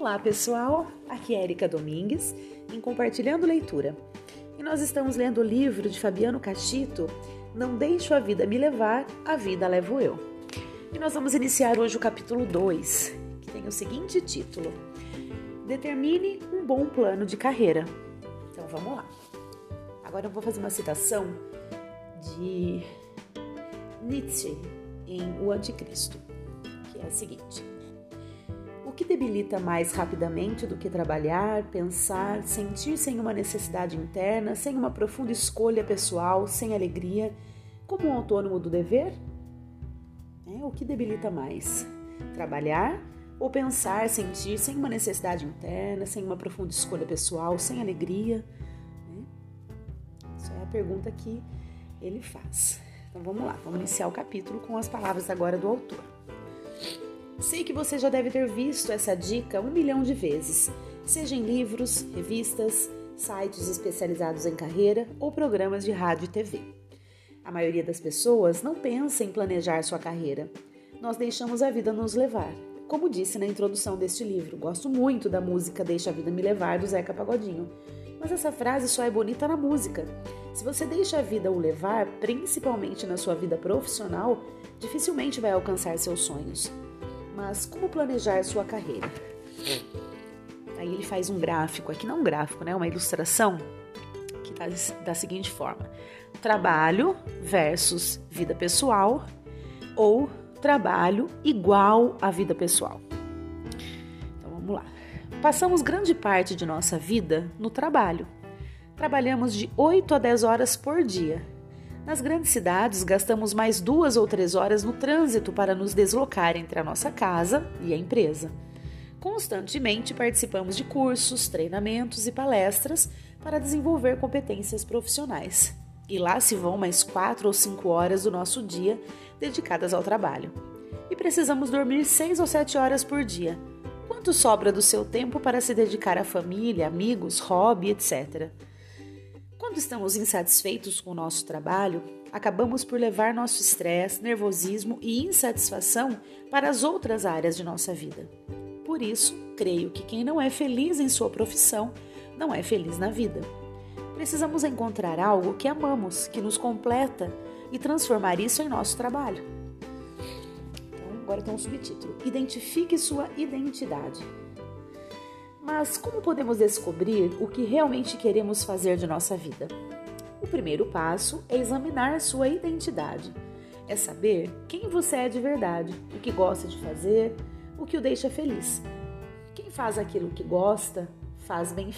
Olá pessoal, aqui é Erika Domingues em Compartilhando Leitura e nós estamos lendo o livro de Fabiano Cachito, Não Deixo a Vida Me Levar, a Vida Levo Eu. E nós vamos iniciar hoje o capítulo 2, que tem o seguinte título: Determine um bom plano de carreira. Então vamos lá. Agora eu vou fazer uma citação de Nietzsche em O Anticristo, que é a seguinte: o que debilita mais rapidamente do que trabalhar, pensar, sentir sem uma necessidade interna, sem uma profunda escolha pessoal, sem alegria, como um autônomo do dever? O que debilita mais? Trabalhar ou pensar, sentir sem uma necessidade interna, sem uma profunda escolha pessoal, sem alegria? Essa é a pergunta que ele faz. Então vamos lá, vamos iniciar o capítulo com as palavras agora do autor. Sei que você já deve ter visto essa dica 1 milhão de vezes, seja em livros, revistas, sites especializados em carreira ou programas de rádio e TV. A maioria das pessoas não pensa em planejar sua carreira. Nós deixamos a vida nos levar. Como disse na introdução deste livro, gosto muito da música Deixa a Vida Me Levar, do Zeca Pagodinho. Mas essa frase só é bonita na música. Se você deixa a vida o levar, principalmente na sua vida profissional, dificilmente vai alcançar seus sonhos. Mas como planejar sua carreira? Aí ele faz um gráfico, aqui não um gráfico, né? Uma ilustração que está da seguinte forma: trabalho versus vida pessoal ou trabalho igual à vida pessoal. Então vamos lá. Passamos grande parte de nossa vida no trabalho. Trabalhamos de 8 a 10 horas por dia. Nas grandes cidades, gastamos mais 2 ou 3 horas no trânsito para nos deslocar entre a nossa casa e a empresa. Constantemente participamos de cursos, treinamentos e palestras para desenvolver competências profissionais. E lá se vão mais 4 ou 5 horas do nosso dia dedicadas ao trabalho. E precisamos dormir 6 ou 7 horas por dia. Quanto sobra do seu tempo para se dedicar à família, amigos, hobby, etc.? Quando estamos insatisfeitos com o nosso trabalho, acabamos por levar nosso estresse, nervosismo e insatisfação para as outras áreas de nossa vida. Por isso, creio que quem não é feliz em sua profissão não é feliz na vida. Precisamos encontrar algo que amamos, que nos completa e transformar isso em nosso trabalho. Então, agora tem um subtítulo: Identifique sua identidade. Mas como podemos descobrir o que realmente queremos fazer de nossa vida? O primeiro passo é examinar sua identidade. É saber quem você é de verdade, o que gosta de fazer, o que o deixa feliz. Quem faz aquilo que gosta, faz bem,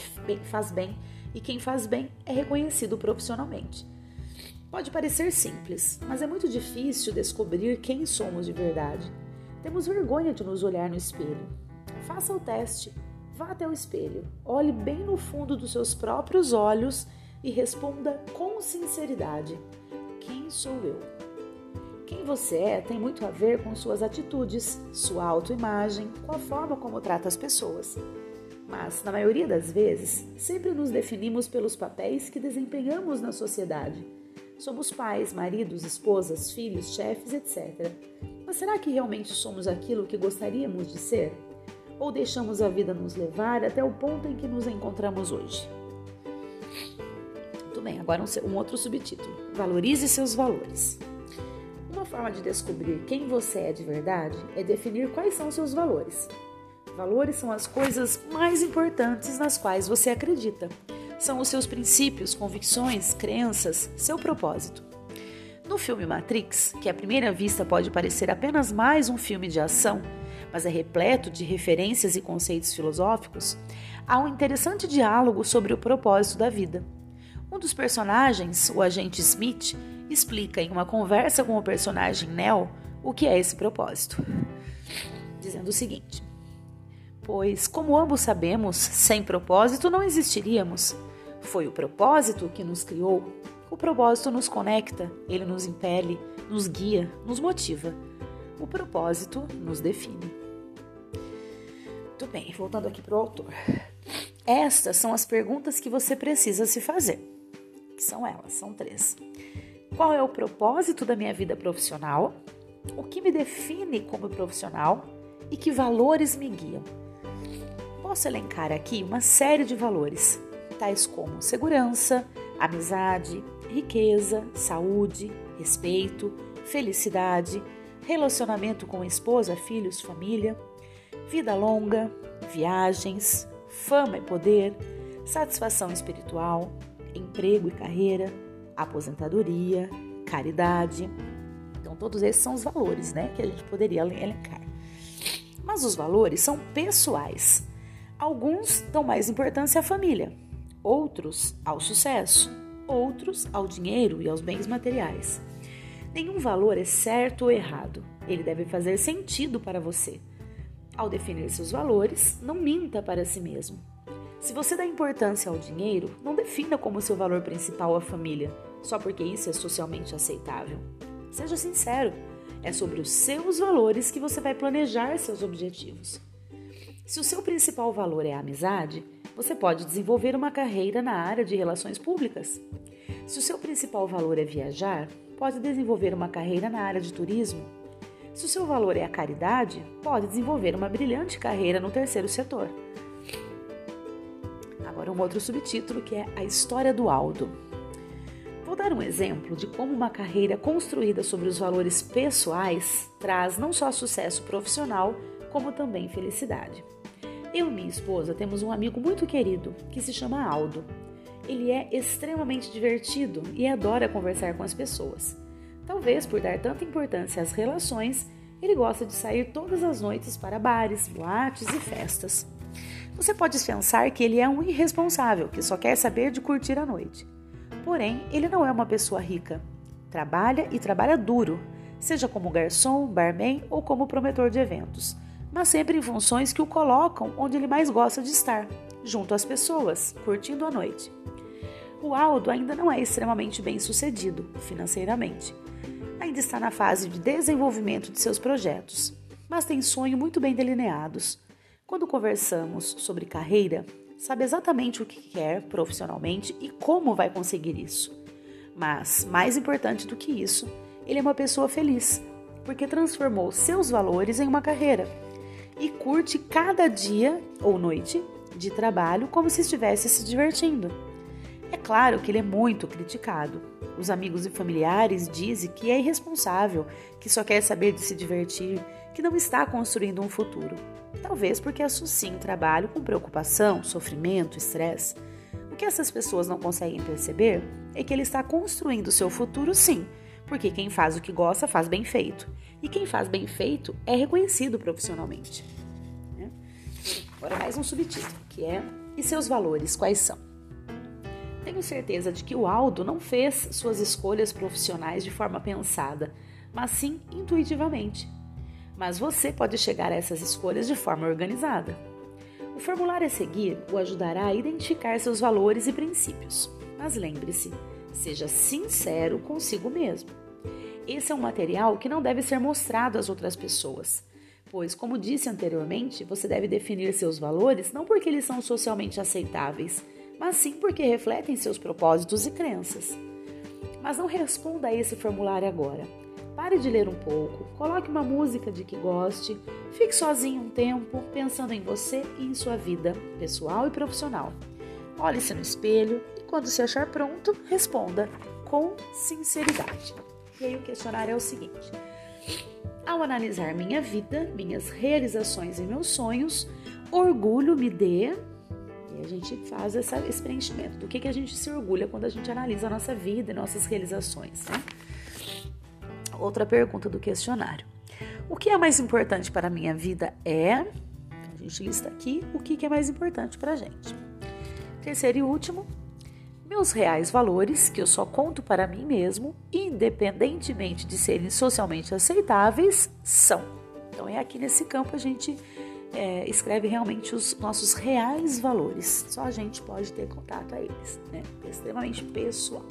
e quem faz bem é reconhecido profissionalmente. Pode parecer simples, mas é muito difícil descobrir quem somos de verdade. Temos vergonha de nos olhar no espelho. Faça o teste. Vá até o espelho, olhe bem no fundo dos seus próprios olhos e responda com sinceridade: quem sou eu? Quem você é tem muito a ver com suas atitudes, sua autoimagem, com a forma como trata as pessoas. Mas, na maioria das vezes, sempre nos definimos pelos papéis que desempenhamos na sociedade. Somos pais, maridos, esposas, filhos, chefes, etc. Mas será que realmente somos aquilo que gostaríamos de ser? Ou deixamos a vida nos levar até o ponto em que nos encontramos hoje? Muito bem, agora um outro subtítulo: Valorize seus valores. Uma forma de descobrir quem você é de verdade é definir quais são seus valores. Valores são as coisas mais importantes nas quais você acredita. São os seus princípios, convicções, crenças, seu propósito. No filme Matrix, que à primeira vista pode parecer apenas mais um filme de ação, mas é repleto de referências e conceitos filosóficos, há um interessante diálogo sobre o propósito da vida. Um dos personagens, o agente Smith, explica em uma conversa com o personagem Neo o que é esse propósito, dizendo o seguinte: pois, como ambos sabemos, sem propósito não existiríamos. Foi o propósito que nos criou. O propósito nos conecta, ele nos impele, nos guia, nos motiva. O propósito nos define. Muito bem, voltando aqui para o autor. Estas são as perguntas que você precisa se fazer. Que são elas, são 3. Qual é o propósito da minha vida profissional? O que me define como profissional? E que valores me guiam? Posso elencar aqui uma série de valores, tais como segurança, amizade, riqueza, saúde, respeito, felicidade, relacionamento com esposa, filhos, família, vida longa, viagens, fama e poder, satisfação espiritual, emprego e carreira, aposentadoria, caridade. Então, todos esses são os valores, que a gente poderia elencar. Mas os valores são pessoais. Alguns dão mais importância à família, outros ao sucesso, outros ao dinheiro e aos bens materiais. Nenhum valor é certo ou errado. Ele deve fazer sentido para você. Ao definir seus valores, não minta para si mesmo. Se você dá importância ao dinheiro, não defina como seu valor principal a família, só porque isso é socialmente aceitável. Seja sincero, é sobre os seus valores que você vai planejar seus objetivos. Se o seu principal valor é a amizade, você pode desenvolver uma carreira na área de relações públicas. Se o seu principal valor é viajar, pode desenvolver uma carreira na área de turismo. Se o seu valor é a caridade, pode desenvolver uma brilhante carreira no terceiro setor. Agora um outro subtítulo que é a história do Aldo. Vou dar um exemplo de como uma carreira construída sobre os valores pessoais traz não só sucesso profissional, como também felicidade. Eu e minha esposa temos um amigo muito querido que se chama Aldo. Ele é extremamente divertido e adora conversar com as pessoas. Talvez por dar tanta importância às relações, ele gosta de sair todas as noites para bares, boates e festas. Você pode pensar que ele é um irresponsável, que só quer saber de curtir a noite. Porém, ele não é uma pessoa rica. Trabalha e trabalha duro, seja como garçom, barman ou como promotor de eventos, mas sempre em funções que o colocam onde ele mais gosta de estar, junto às pessoas, curtindo a noite. O Aldo ainda não é extremamente bem-sucedido financeiramente. Ainda está na fase de desenvolvimento de seus projetos, mas tem sonhos muito bem delineados. Quando conversamos sobre carreira, sabe exatamente o que quer profissionalmente e como vai conseguir isso. Mas, mais importante do que isso, ele é uma pessoa feliz, porque transformou seus valores em uma carreira e curte cada dia ou noite de trabalho como se estivesse se divertindo. É claro que ele é muito criticado. Os amigos e familiares dizem que é irresponsável, que só quer saber de se divertir, que não está construindo um futuro. Talvez porque associa o trabalho com preocupação, sofrimento, estresse. O que essas pessoas não conseguem perceber é que ele está construindo seu futuro sim, porque quem faz o que gosta faz bem feito. E quem faz bem feito é reconhecido profissionalmente. Agora mais um subtítulo, que é: e seus valores, quais são? Tenho certeza de que o Aldo não fez suas escolhas profissionais de forma pensada, mas sim intuitivamente. Mas você pode chegar a essas escolhas de forma organizada. O formulário a seguir o ajudará a identificar seus valores e princípios. Mas lembre-se, seja sincero consigo mesmo. Esse é um material que não deve ser mostrado às outras pessoas, pois, como disse anteriormente, você deve definir seus valores não porque eles são socialmente aceitáveis, mas sim porque refletem seus propósitos e crenças. Mas não responda a esse formulário agora. Pare de ler um pouco, coloque uma música de que goste, fique sozinho um tempo, pensando em você e em sua vida pessoal e profissional. Olhe-se no espelho e, quando se achar pronto, responda com sinceridade. E aí o questionário é o seguinte: ao analisar minha vida, minhas realizações e meus sonhos, orgulho me dê... E a gente faz esse preenchimento do que a gente se orgulha quando a gente analisa a nossa vida e nossas realizações, Outra pergunta do questionário: o que é mais importante para a minha vida é... A gente lista aqui o que é mais importante para a gente. Terceiro e último: meus reais valores, que eu só conto para mim mesmo, independentemente de serem socialmente aceitáveis, são. Então é aqui nesse campo a gente escreve realmente os nossos reais valores. Só a gente pode ter contato a eles, É extremamente pessoal.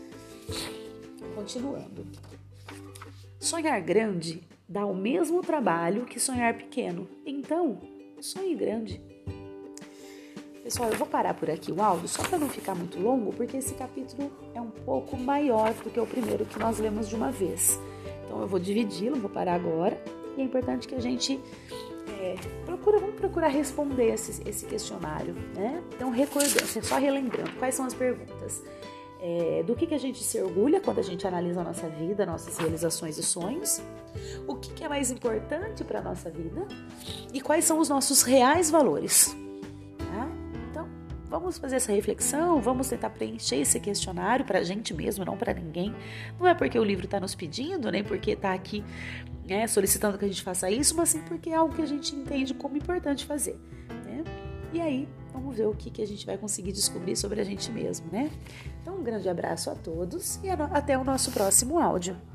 Continuando. Sonhar grande dá o mesmo trabalho que sonhar pequeno. Então, sonhe grande. Pessoal, eu vou parar por aqui o áudio, só para não ficar muito longo, porque esse capítulo é um pouco maior do que o primeiro que nós lemos de uma vez. Então, eu vou dividi-lo, vou parar agora. E é importante que a gente vamos procurar responder esse questionário, né? Então, recordando, só relembrando, quais são as perguntas? Do que a gente se orgulha quando a gente analisa a nossa vida, nossas realizações e sonhos? O que é mais importante para a nossa vida? E quais são os nossos reais valores? Tá? Então, vamos fazer essa reflexão, vamos tentar preencher esse questionário para a gente mesmo, não para ninguém. Não é porque o livro está nos pedindo, nem porque está aqui solicitando que a gente faça isso, mas sim porque é algo que a gente entende como importante fazer, né? E aí, vamos ver o que a gente vai conseguir descobrir sobre a gente mesmo, né? Então, um grande abraço a todos e até o nosso próximo áudio.